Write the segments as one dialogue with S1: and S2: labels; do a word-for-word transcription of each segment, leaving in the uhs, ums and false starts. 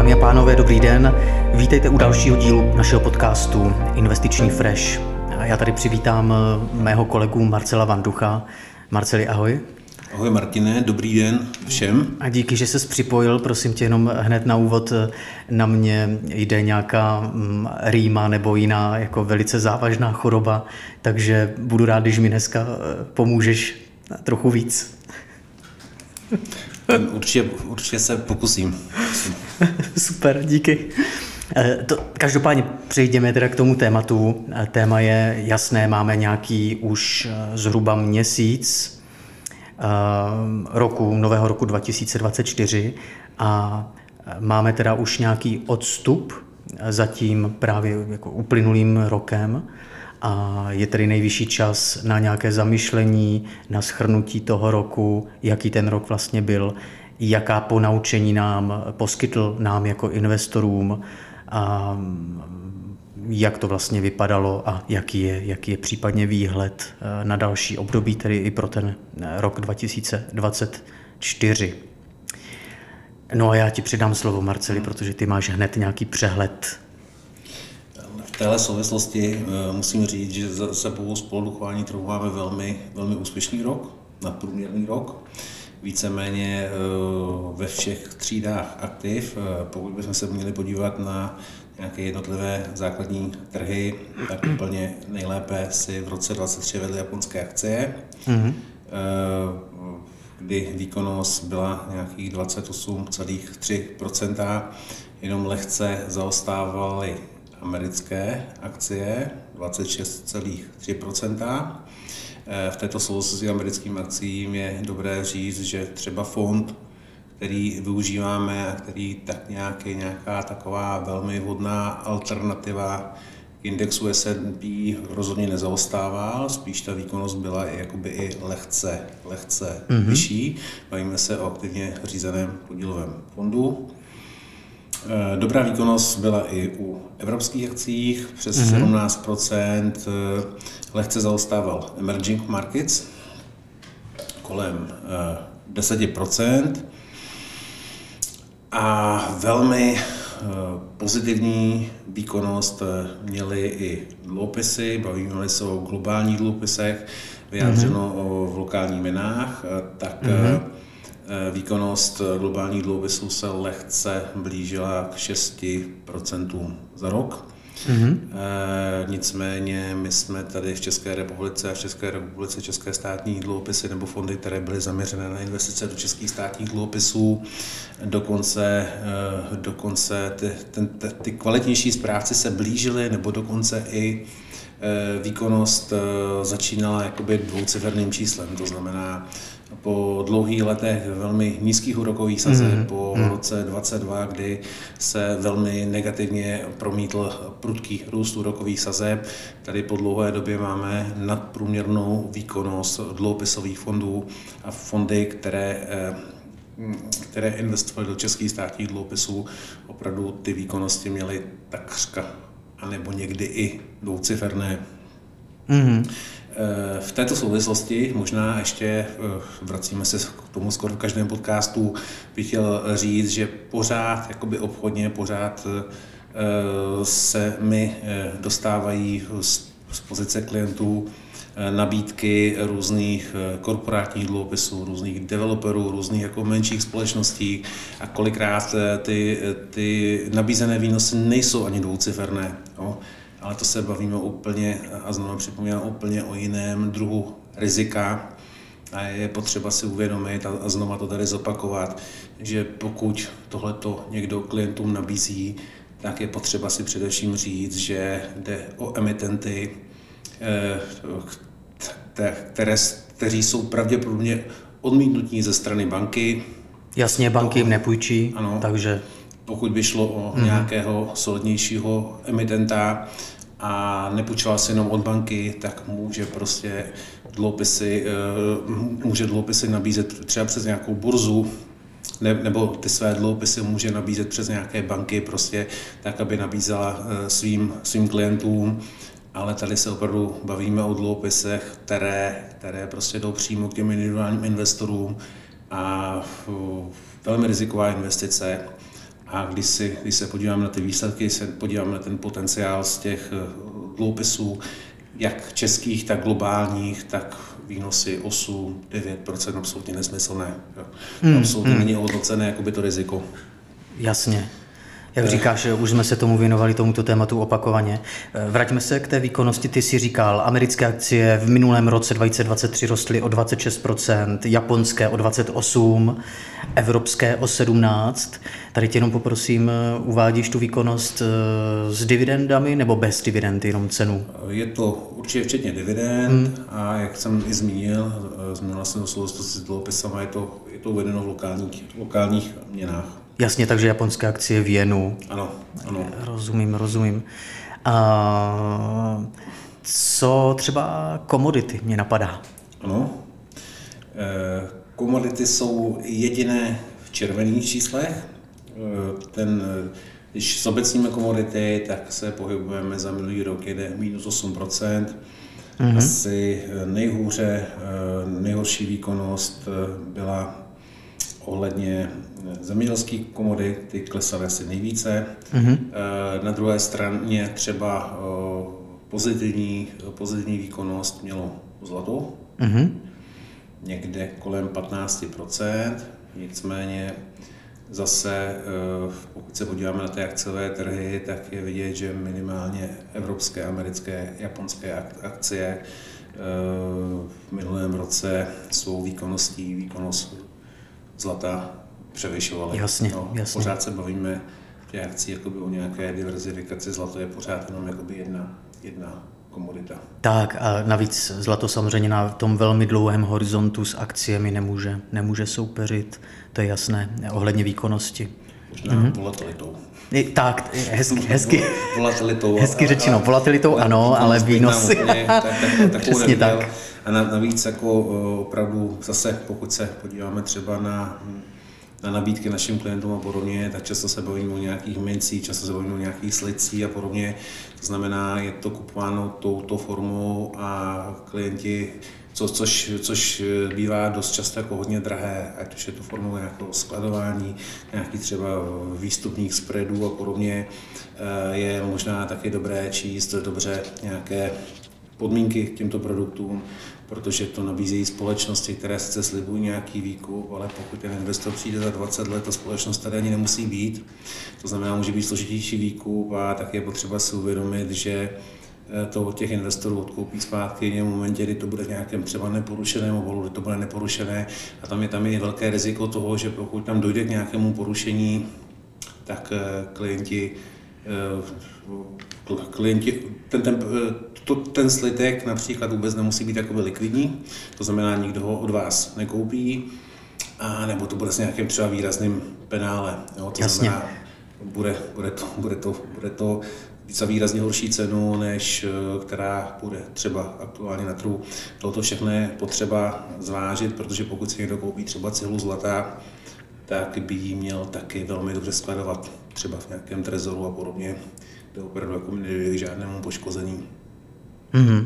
S1: Dámy a pánové, dobrý den. Vítejte u dalšího dílu našeho podcastu Investiční Fresh. Já tady přivítám mého kolegu Marcela Vanducha. Marceli, ahoj.
S2: Ahoj Martine, dobrý den všem.
S1: A díky, že ses připojil, prosím tě, jenom hned na úvod na mě jde nějaká rýma nebo jiná jako velice závažná choroba, takže budu rád, když mi dneska pomůžeš trochu víc.
S2: Určitě, určitě se pokusím.
S1: Super, díky. To, každopádně přejdeme teda k tomu tématu. Téma je jasné, máme nějaký už zhruba měsíc roku, nového roku dva tisíce dvacet čtyři a máme teda už nějaký odstup za tím právě jako uplynulým rokem a je tedy nejvyšší čas na nějaké zamyšlení, na shrnutí toho roku, jaký ten rok vlastně byl, jaká ponaučení nám poskytl nám jako investorům a jak to vlastně vypadalo a jaký je, jaký je případně výhled na další období, tedy i pro ten rok dva tisíce dvacet čtyři. No a já ti předám slovo, Marceli, protože ty máš hned nějaký přehled.
S2: V téhle souvislosti musím říct, že za sebou spoluduchování trhu máme velmi, velmi úspěšný rok, nadprůměrný rok. Víceméně ve všech třídách aktiv. Pokud bychom se měli podívat na nějaké jednotlivé základní trhy, tak úplně nejlépe si v roce dvacet tři vedly japonské akcie, mm-hmm. kdy výkonnost byla nějakých dvacet osm celá tři procenta, jenom lehce zaostávaly americké akcie, dvacet šest celá tři procenta. V této souvislosti s americkým akcím je dobré říct, že třeba fond, který využíváme a který tak nějak je nějaká taková velmi vhodná alternativa indexu S and P, rozhodně nezaostával, spíš ta výkonnost byla i, jakoby i lehce, lehce mm-hmm. vyšší. Bavíme se o aktivně řízeném podílovém fondu. Dobrá výkonnost byla i u evropských akcích, přes mm-hmm. sedmnáct procent, lehce zaostával emerging markets, kolem deset procent. A velmi pozitivní výkonnost měly i dluhopisy, bavíme se o globálních dluhopisech, vyjádřeno mm-hmm. v lokálních měnách, tak mm-hmm. výkonnost globálních dluhopisů se lehce blížila k šest procent za rok. Mm-hmm. E, nicméně my jsme tady v České republice a v České republice české státní dluhopisy nebo fondy, které byly zaměřené na investice do českých státních dluhopisů, dokonce, e, dokonce ty, ten, ty kvalitnější správci se blížily nebo dokonce i e, výkonnost e, začínala jakoby dvouciferným číslem, to znamená po dlouhých letech velmi nízkých úrokových sazeb, mm. po mm. roce dvacet dva, kdy se velmi negativně promítl prudký růst úrokových sazeb. Tady po dlouhé době máme nadprůměrnou výkonnost dluhopisových fondů a fondy, které, které investovaly do českých státních dluhopisů, opravdu ty výkonnosti měly takřka, anebo někdy i dvouciferné. Mm. V této souvislosti možná ještě, vracíme se k tomu skoro v každém podcastu, bych chtěl říct, že pořád, jakoby obchodně, pořád se mi dostávají z pozice klientů nabídky různých korporátních dluhopisů, různých developerů, různých jako menších společností a kolikrát ty, ty nabízené výnosy nejsou ani dvouciferné. Jo? Ale to se bavíme úplně, a znovu připomínám, úplně o jiném druhu rizika. A je potřeba si uvědomit a znovu to tady zopakovat, že pokud tohleto někdo klientům nabízí, tak je potřeba si především říct, že jde o emitenty, které, kteří jsou pravděpodobně odmítnutí ze strany banky.
S1: Jasně, banky jim nepůjčí,
S2: ano, takže pokud by šlo o mm. nějakého solidnějšího emitenta a nepůjčoval se jenom od banky, tak může prostě dluhopisy, může dluhopisy nabízet třeba přes nějakou burzu, ne, nebo ty své dluhopisy může nabízet přes nějaké banky, prostě tak, aby nabízela svým, svým klientům. Ale tady se opravdu bavíme o dluhopisech, které, které prostě jdou přímo k těm individuálním investorům a velmi riziková investice. A když, si, když se podíváme na ty výsledky, se podíváme na ten potenciál z těch dluhopisů, jak českých, tak globálních, tak výnosy osm až devět procent absolutně nesmyslné. Hmm, absolutně hmm. není ohodnocené jakoby to riziko.
S1: Jasně. Jak říkáš, už jsme se tomu věnovali, tomuto tématu opakovaně. Vraťme se k té výkonnosti. Ty jsi říkal, americké akcie v minulém roce dva tisíce dvacet tři rostly o dvacet šest procent, japonské o dvacet osm procent, evropské o sedmnáct procent. Tady tě jenom poprosím, uvádíš tu výkonnost s dividendami nebo bez dividend, jenom cenu?
S2: Je to určitě včetně dividend hmm. a jak jsem i zmínil, zmínila jsem v souvislosti s dluhopisama, je to, je to uvedeno v lokálních, lokálních měnách.
S1: Jasně, takže japonské akcie v jenu.
S2: Ano, ano.
S1: Rozumím, rozumím. A co třeba komodity mě napadá?
S2: Ano. Komodity jsou jediné v červených číslech. Ten, když zobecníme komodity, tak se pohybujeme za minulý rok jede minus osm procent. Mm-hmm. Asi nejhůře, nejhorší výkonnost byla ohledně zemědělských komodit, ty klesaly asi nejvíce. Mm-hmm. Na druhé straně třeba pozitivní, pozitivní výkonnost mělo zlato, mm-hmm. někde kolem patnáct procent, nicméně zase, pokud se podíváme na ty akciové trhy, tak je vidět, že minimálně evropské, americké, japonské akcie v minulém roce svou výkonností, výkonnost zlata převyšovaly.
S1: Jasně,
S2: no,
S1: jasně.
S2: Pořád se bavíme v těch akcích jakoby o nějaké diverzifikaci, zlato je pořád jenom jakoby jedna, jedna komodita.
S1: Tak a navíc zlato samozřejmě na tom velmi dlouhém horizontu s akciemi nemůže, nemůže soupeřit, to je jasné, ohledně výkonnosti.
S2: Možná mm-hmm. volatilitou.
S1: Tak, hezky, hezky,
S2: volatilitou,
S1: hezky řečeno, volatilitou ano, ale výnosy.
S2: Tak, tak, tak,
S1: přesně tak.
S2: A navíc jako opravdu zase, pokud se podíváme třeba na, na nabídky našim klientům a podobně, tak často se bavíme o nějakých mincích, často se bavíme o nějakých slicí a podobně. To znamená, je to kupováno touto formou a klienti, co, což, což bývá dost často jako hodně drahé, ať už je to formou nějakého skladování, nějaký třeba výstupních spreadů a podobně, je možná taky dobré číst dobře nějaké podmínky k těmto produktům, protože to nabízejí společnosti, které sice slibují nějaký výkup, ale pokud ten investor přijde za dvacet let, ta společnost tady ani nemusí být. To znamená, může být složitější výkup a tak je potřeba si uvědomit, že to od těch investorů odkoupí zpátky v momentě, kdy to bude v nějakém třeba neporušeném obalu, kdy to bude neporušené a tam je tam je velké riziko toho, že pokud tam dojde k nějakému porušení, tak klienti klienti, ten, ten, to, ten slitek například vůbec nemusí být jakoby likvidní, to znamená, nikdo ho od vás nekoupí, a nebo to bude s nějakým třeba výrazným penále. Jo? To
S1: Jasně.
S2: znamená, bude, bude, to, bude, to, bude to za výrazně horší cenu, než která bude třeba aktuálně na trhu. Toto všechno je potřeba zvážit, protože pokud si někdo koupí třeba cihlu zlata, tak by ji měl taky velmi dobře skladovat, třeba v nějakém trezoru a podobně, kde opravdu jako nedojde k žádnému poškození.
S1: Mm-hmm.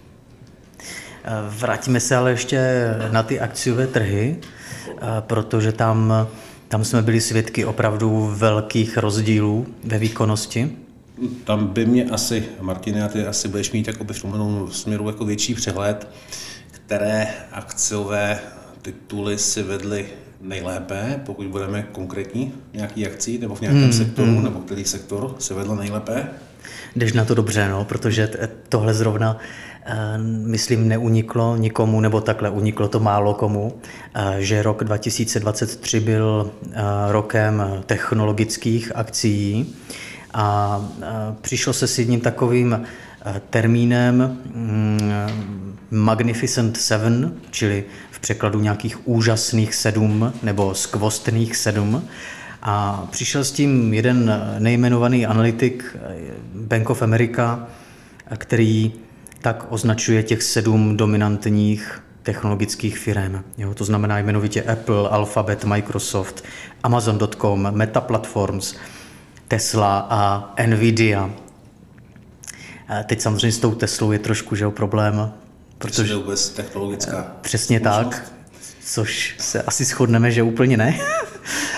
S1: Vrátíme se ale ještě na ty akciové trhy, protože tam, tam jsme byli svědky opravdu velkých rozdílů ve výkonnosti.
S2: Tam by mě asi, Martine, a ty asi budeš mít jakoby v tom směru jako větší přehled, které akciové tituly si vedly nejlépe, pokud budeme konkrétní v nějaký akcí nebo v nějakém hmm, sektoru, hmm. nebo který sektor se vedl nejlépe?
S1: Jdeš na to dobře, no, protože tohle zrovna, myslím, neuniklo nikomu, nebo takhle uniklo to málo komu, že rok dva tisíce dvacet tři byl rokem technologických akcií a přišlo se s jedním takovým termínem Magnificent Seven, čili v překladu nějakých úžasných sedm nebo skvostných sedm. A přišel s tím jeden nejmenovaný analytik Bank of America, který tak označuje těch sedm dominantních technologických firm. Jo, to znamená jmenovitě Apple, Alphabet, Microsoft, Amazon tečka com, Meta Platforms, Tesla a Nvidia. A teď samozřejmě s tou Teslou je trošku že, problém, protože
S2: je vůbec technologická
S1: přesně možnost. Tak, což se asi shodneme, že úplně ne.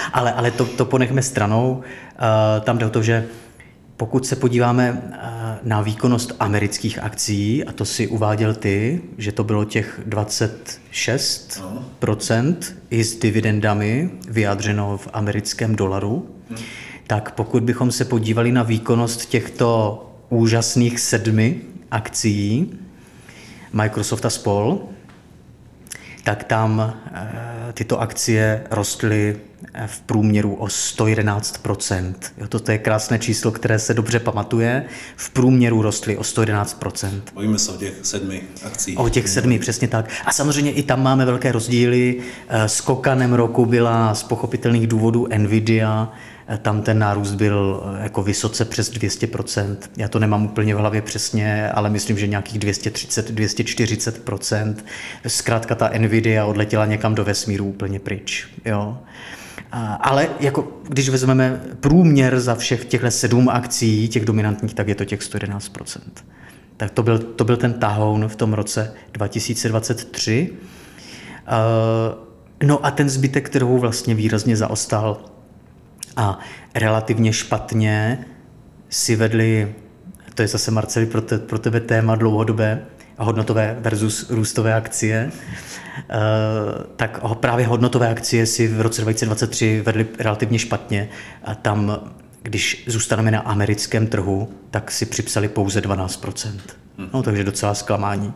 S1: ale, ale to, to ponechme stranou. Uh, tam jde o to, že pokud se podíváme uh, na výkonnost amerických akcií, a to si uváděl ty, že to bylo těch dvacet šest procent i s dividendami vyjádřeno v americkém dolaru, hmm. tak pokud bychom se podívali na výkonnost těchto úžasných sedmi akcií, Microsoft a spol, tak tam e, tyto akcie rostly v průměru o sto jedenáct procent. Jo, toto je krásné číslo, které se dobře pamatuje. V průměru rostly o sto jedenáct procent.
S2: Bavíme se o těch sedmi akcích.
S1: O těch sedmi, přesně tak. A samozřejmě i tam máme velké rozdíly. Skokanem roku byla z pochopitelných důvodů Nvidia. Tam ten nárůst byl jako vysoce přes dvě stě procent. Já to nemám úplně v hlavě přesně, ale myslím, že nějakých dvě stě třicet, dvě stě čtyřicet procent. Zkrátka ta Nvidia odletěla někam do vesmíru úplně pryč. Jo. Ale jako, když vezmeme průměr za všech těchto sedm akcí, těch dominantních, tak je to těch sto jedenáct procent. Tak to byl, to byl ten tahoun v tom roce dva tisíce dvacet tři. No a ten zbytek trhu vlastně výrazně zaostal a relativně špatně si vedli, to je zase Marceli pro, te, pro tebe téma dlouhodobé, hodnotové versus růstové akcie, tak právě hodnotové akcie si v roce dva tisíce dvacet tři vedly relativně špatně a tam, když zůstaneme na americkém trhu, tak si připsali pouze dvanáct procent. No, takže docela zklamání.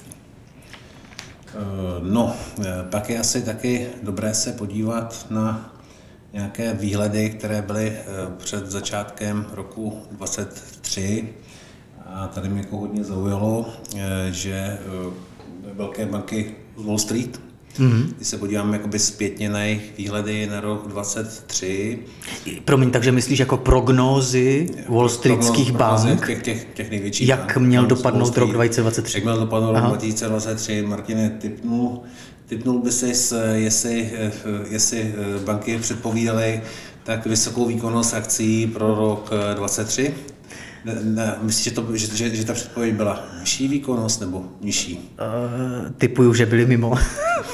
S2: No, pak je asi taky dobré se podívat na nějaké výhledy, které byly před začátkem roku dvacet tři. A tady mě jako hodně zaujalo, že velké banky z Wall Street, mm-hmm. když se podíváme jakoby zpětně na jejich výhledy na rok dvacet tři.
S1: Promiň, takže myslíš jako prognózy Wall Streetských bank?
S2: Těch, těch, těch největších
S1: jak
S2: bank,
S1: měl dopadnout rok dva tisíce dvacet tři?
S2: Jak měl dopadnout rok dva tisíce dvacet tři, Martine, tipnul, tipnul by si, jestli, jestli banky předpovídaly tak vysokou výkonnost akcí pro rok dvacet tři? Ne, ne, myslíš, že, to, že, že, že ta předpověď byla nižší výkonnost nebo nižší?
S1: Uh, typuju, že byli mimo. uh,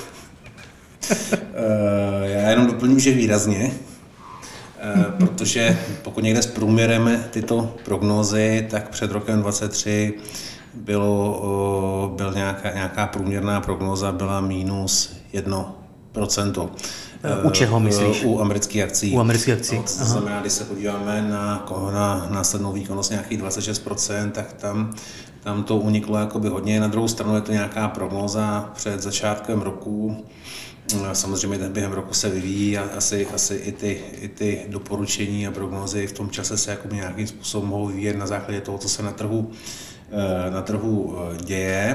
S2: já jenom doplním, že výrazně, uh, protože pokud někde zprůměrujeme tyto prognózy, tak před rokem dvacet tři bylo, uh, byl nějaká, nějaká průměrná prognóza byla minus jedno procento.
S1: U čeho myslíš?
S2: U amerických akcí.
S1: U amerických akcí.
S2: No, to znamená, když se podíváme na, na následnou výkonnost nějakých dvacet šest procent, tak tam, tam to uniklo jakoby hodně. Na druhou stranu je to nějaká prognóza před začátkem roku. Samozřejmě během roku se vyvíjí a asi, asi i, ty, i ty doporučení a prognózy v tom čase se jakoby nějakým způsobem mohou vyvíjet na základě toho, co se na trhu, na trhu děje.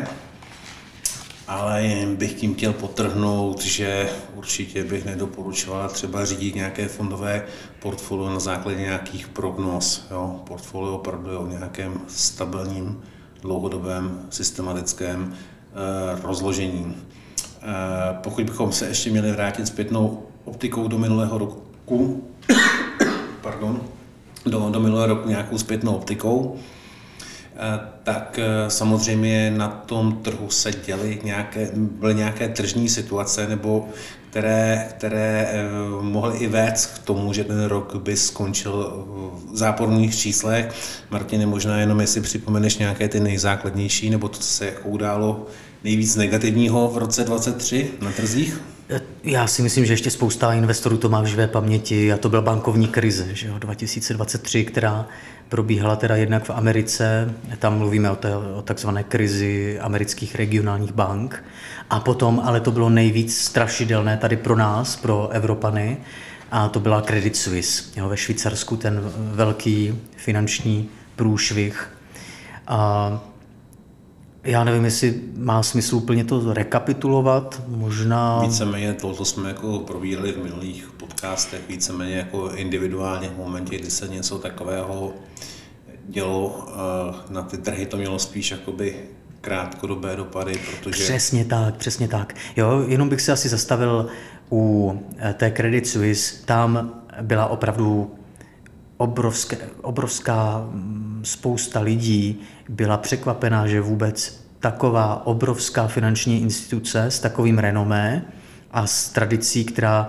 S2: Ale jen bych tím chtěl podtrhnout, že určitě bych nedoporučoval třeba řídit nějaké fondové portfolio na základě nějakých prognóz. Jo? Portfolio opravdu je o nějakém stabilním, dlouhodobém, systematickém eh, rozložení. Eh, pokud bychom se ještě měli vrátit zpětnou optikou do minulého roku, pardon, do, do minulého roku nějakou zpětnou optikou, tak samozřejmě na tom trhu se děly nějaké, byly nějaké tržní situace, nebo které, které mohly i vést k tomu, že ten rok by skončil v záporných číslech. Martine, možná jenom jestli připomeneš nějaké ty nejzákladnější, nebo to, co se jako událo nejvíc negativního v roce dvacet tři na trzích?
S1: Já si myslím, že ještě spousta investorů to má v živé paměti a to byla bankovní krize, že jo, dva tisíce dvacet tři, která probíhala teda jednak v Americe, tam mluvíme o, té, o takzvané krizi amerických regionálních bank a potom, ale to bylo nejvíc strašidelné tady pro nás, pro Evropany, a to byla Credit Suisse, jo, ve Švýcarsku ten velký finanční průšvih. A já nevím, jestli má smysl úplně to rekapitulovat, možná...
S2: Víceméně to jsme jako probírali v minulých podcastech, víceméně jako individuálně v momentě, kdy se něco takového dělo, na ty trhy to mělo spíš jakoby krátkodobé dopady, protože...
S1: Přesně tak, přesně tak. Jo, jenom bych se asi zastavil u té Credit Suisse, tam byla opravdu obrovské, obrovská spousta lidí byla překvapená, že vůbec taková obrovská finanční instituce s takovým renomé a s tradicí, která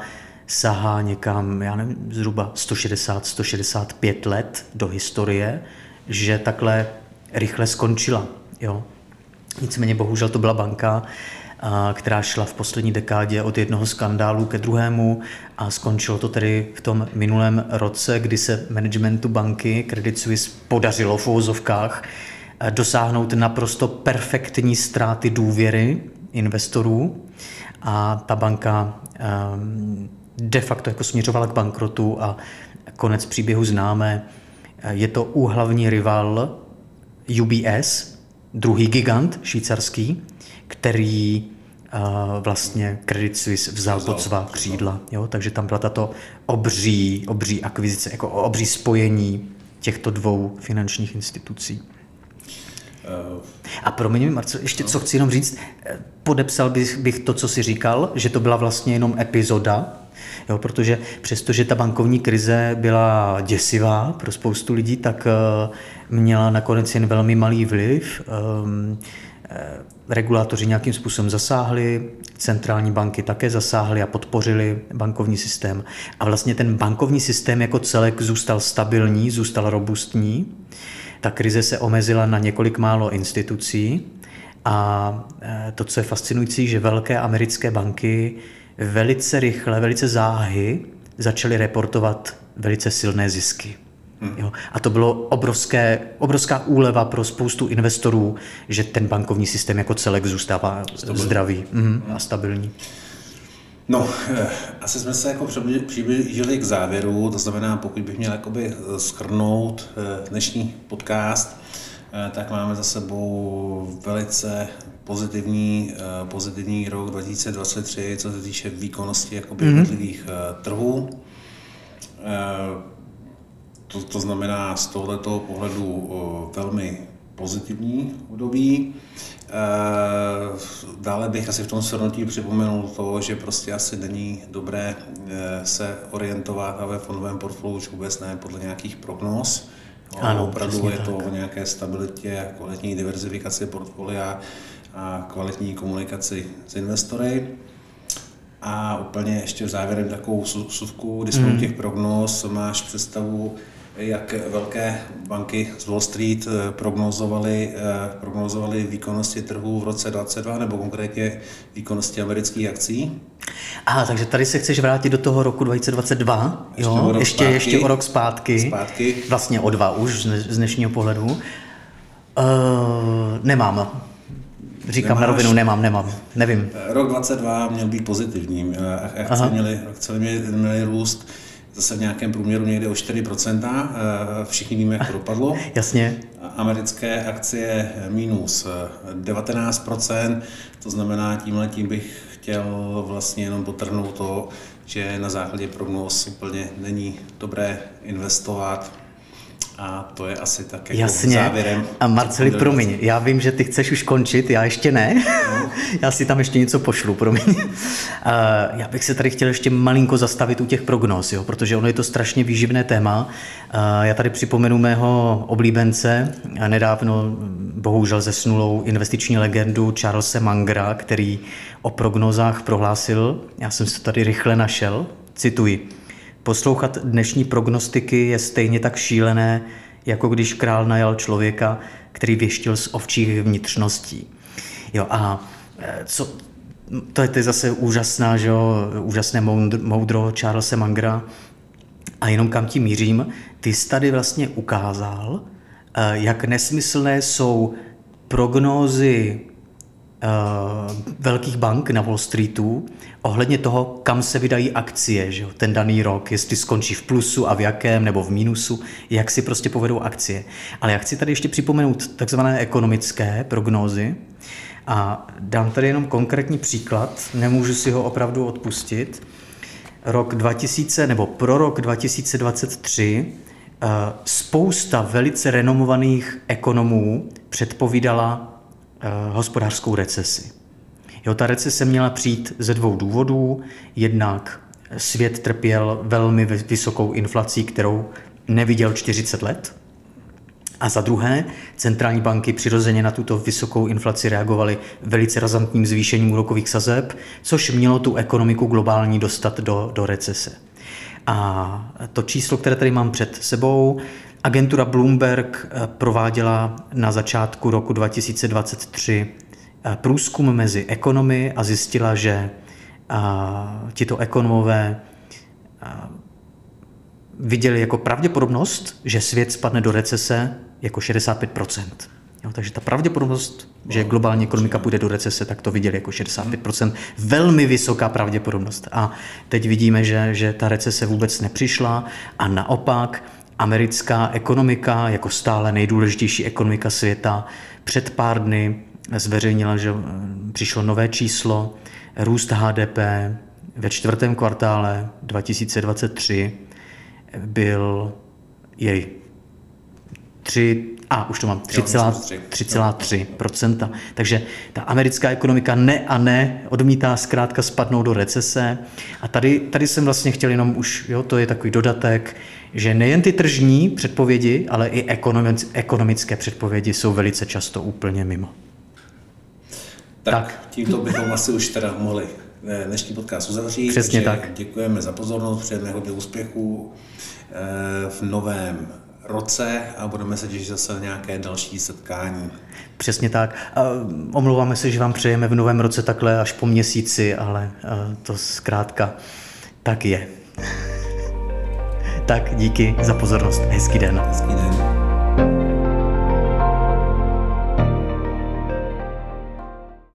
S1: sahá někam, já nevím, zhruba sto šedesát, sto šedesát pět let do historie, že takhle rychle skončila. Jo. Nicméně bohužel to byla banka, která šla v poslední dekádě od jednoho skandálu ke druhému a skončilo to tedy v tom minulém roce, kdy se managementu banky Credit Suisse podařilo v uvozovkách dosáhnout naprosto perfektní ztráty důvěry investorů a ta banka de facto jako směřovala k bankrotu a konec příběhu známe. Je to úhlavní rival U B S, druhý gigant švýcarský, který uh, vlastně Credit Suisse vzal pod svá křídla. Jo? Takže tam byla tato obří, obří akvizice, jako obří spojení těchto dvou finančních institucí. A promiň mi, Marco, ještě co chci jenom říct, podepsal bych, bych to, co jsi říkal, že to byla vlastně jenom epizoda, jo, protože přestože ta bankovní krize byla děsivá pro spoustu lidí, tak uh, měla nakonec jen velmi malý vliv. Um, Regulátoři nějakým způsobem zasáhli, centrální banky také zasáhly a podpořili bankovní systém. A vlastně ten bankovní systém jako celek zůstal stabilní, zůstal robustní. Ta krize se omezila na několik málo institucí a to, co je fascinující, že velké americké banky velice rychle, velice záhy začaly reportovat velice silné zisky. Hmm. Jo. A to bylo obrovské, obrovská úleva pro spoustu investorů, že ten bankovní systém jako celek zůstává stabilní. zdravý mm, a stabilní.
S2: No, asi jsme se jako přiblížili k závěru, to znamená, pokud bych měl jakoby shrnout dnešní podcast, tak máme za sebou velice pozitivní, pozitivní rok dva tisíce dvacet tři, co se týče výkonnosti jakoby mm-hmm. jednotlivých trhů. To, to znamená z tohoto pohledu velmi pozitivní období. Dále bych asi v tom shrnutí připomenul to, že prostě asi není dobré se orientovat a ve fondovém portfoliu už vůbec ne podle nějakých prognóz.
S1: Ano,
S2: opravdu je to
S1: tak.
S2: o nějaké stabilitě, kvalitní diverzifikaci portfolia a kvalitní komunikaci s investory. A úplně ještě závěrem takovou suvku, když jsme u těch prognóz, máš představu, jak velké banky z Wall Street prognozovaly, prognozovaly výkonnosti trhu v roce dvacet dva, nebo konkrétně výkonnosti amerických akcí?
S1: Aha, takže tady se chceš vrátit do toho roku dva tisíce dvacet dva, ještě, jo? O rok ještě, ještě o rok zpátky,
S2: zpátky,
S1: vlastně o dva už z dnešního pohledu. Uh, nemám. Říkám Nemáš. na rovinu, nemám, nemám, nevím.
S2: Rok dvacet dva měl být pozitivní, akce měly, akce měly, měly růst zase v nějakém průměru někde o čtyři procenta, všichni víme, jak to dopadlo.
S1: Jasně.
S2: Americké akcie minus devatenáct procent, to znamená, tímhletím bych chtěl vlastně jenom podtrhnout to, že na základě prognóz úplně není dobré investovat. A to je asi tak jako
S1: Jasně.
S2: závěrem.
S1: A Marceli, promiň, já vím, že ty chceš už končit, já ještě ne. No. Já si tam ještě něco pošlu, promiň. Uh, já bych se tady chtěl ještě malinko zastavit u těch prognóz, jo, protože ono je to strašně výživné téma. Uh, já tady připomenu mého oblíbence, nedávno bohužel zesnulou investiční legendu Charlese Mangera, který o prognózách prohlásil, já jsem se to tady rychle našel, cituji: poslouchat dnešní prognostiky je stejně tak šílené, jako když král najal člověka, který věštil z ovčích vnitřností. Jo, a co, to je, to je zase úžasná, že jo, úžasné moudro Charlese Mangera. A jenom kam tím mířím, ty jsi tady vlastně ukázal, jak nesmyslné jsou prognózy Uh, velkých bank na Wall Streetu ohledně toho, kam se vydají akcie, že jo, ten daný rok, jestli skončí v plusu a v jakém, nebo v mínusu, jak si prostě povedou akcie. Ale já chci tady ještě připomenout takzvané ekonomické prognózy a dám tady jenom konkrétní příklad, nemůžu si ho opravdu odpustit. Rok dva tisíce, nebo pro rok dva tisíce dvacet tři uh, spousta velice renomovaných ekonomů předpovídala hospodářskou recesi. Jo, ta recese měla přijít ze dvou důvodů. Jednak svět trpěl velmi vysokou inflací, kterou neviděl čtyřicet let. A za druhé, centrální banky přirozeně na tuto vysokou inflaci reagovaly velice razantním zvýšením úrokových sazeb, což mělo tu ekonomiku globální dostat do, do recese. A to číslo, které tady mám před sebou, agentura Bloomberg prováděla na začátku roku dva tisíce dvacet tři průzkum mezi ekonomy a zjistila, že tito ekonomové viděli jako pravděpodobnost, že svět spadne do recese jako šedesát pět procent. Jo, takže ta pravděpodobnost, že globální ekonomika půjde do recese, tak to viděli jako šedesát pět procent. Velmi vysoká pravděpodobnost. A teď vidíme, že, že ta recese vůbec nepřišla a naopak americká ekonomika, jako stále nejdůležitější ekonomika světa, před pár dny zveřejnila, že přišlo nové číslo, růst H D P ve čtvrtém kvartále dva tisíce dvacet tři byl jej tři, a už to mám, tři celá tři procenta. Takže ta americká ekonomika ne a ne odmítá zkrátka spadnout do recese. A tady, tady jsem vlastně chtěl jenom už, jo, to je takový dodatek, že nejen ty tržní předpovědi, ale i ekonomické předpovědi jsou velice často úplně mimo.
S2: Tak, tak. Tímto bychom asi už teda mohli dnešní podcast uzavřít.
S1: Přesně tak.
S2: Děkujeme za pozornost, přejeme hodně úspěchů v novém roce a budeme se těšit zase na nějaké další setkání.
S1: Přesně tak. Omlouváme se, že vám přejeme v novém roce takhle až po měsíci, ale to zkrátka tak je. Tak díky za pozornost. Hezký den.
S2: Hezký den.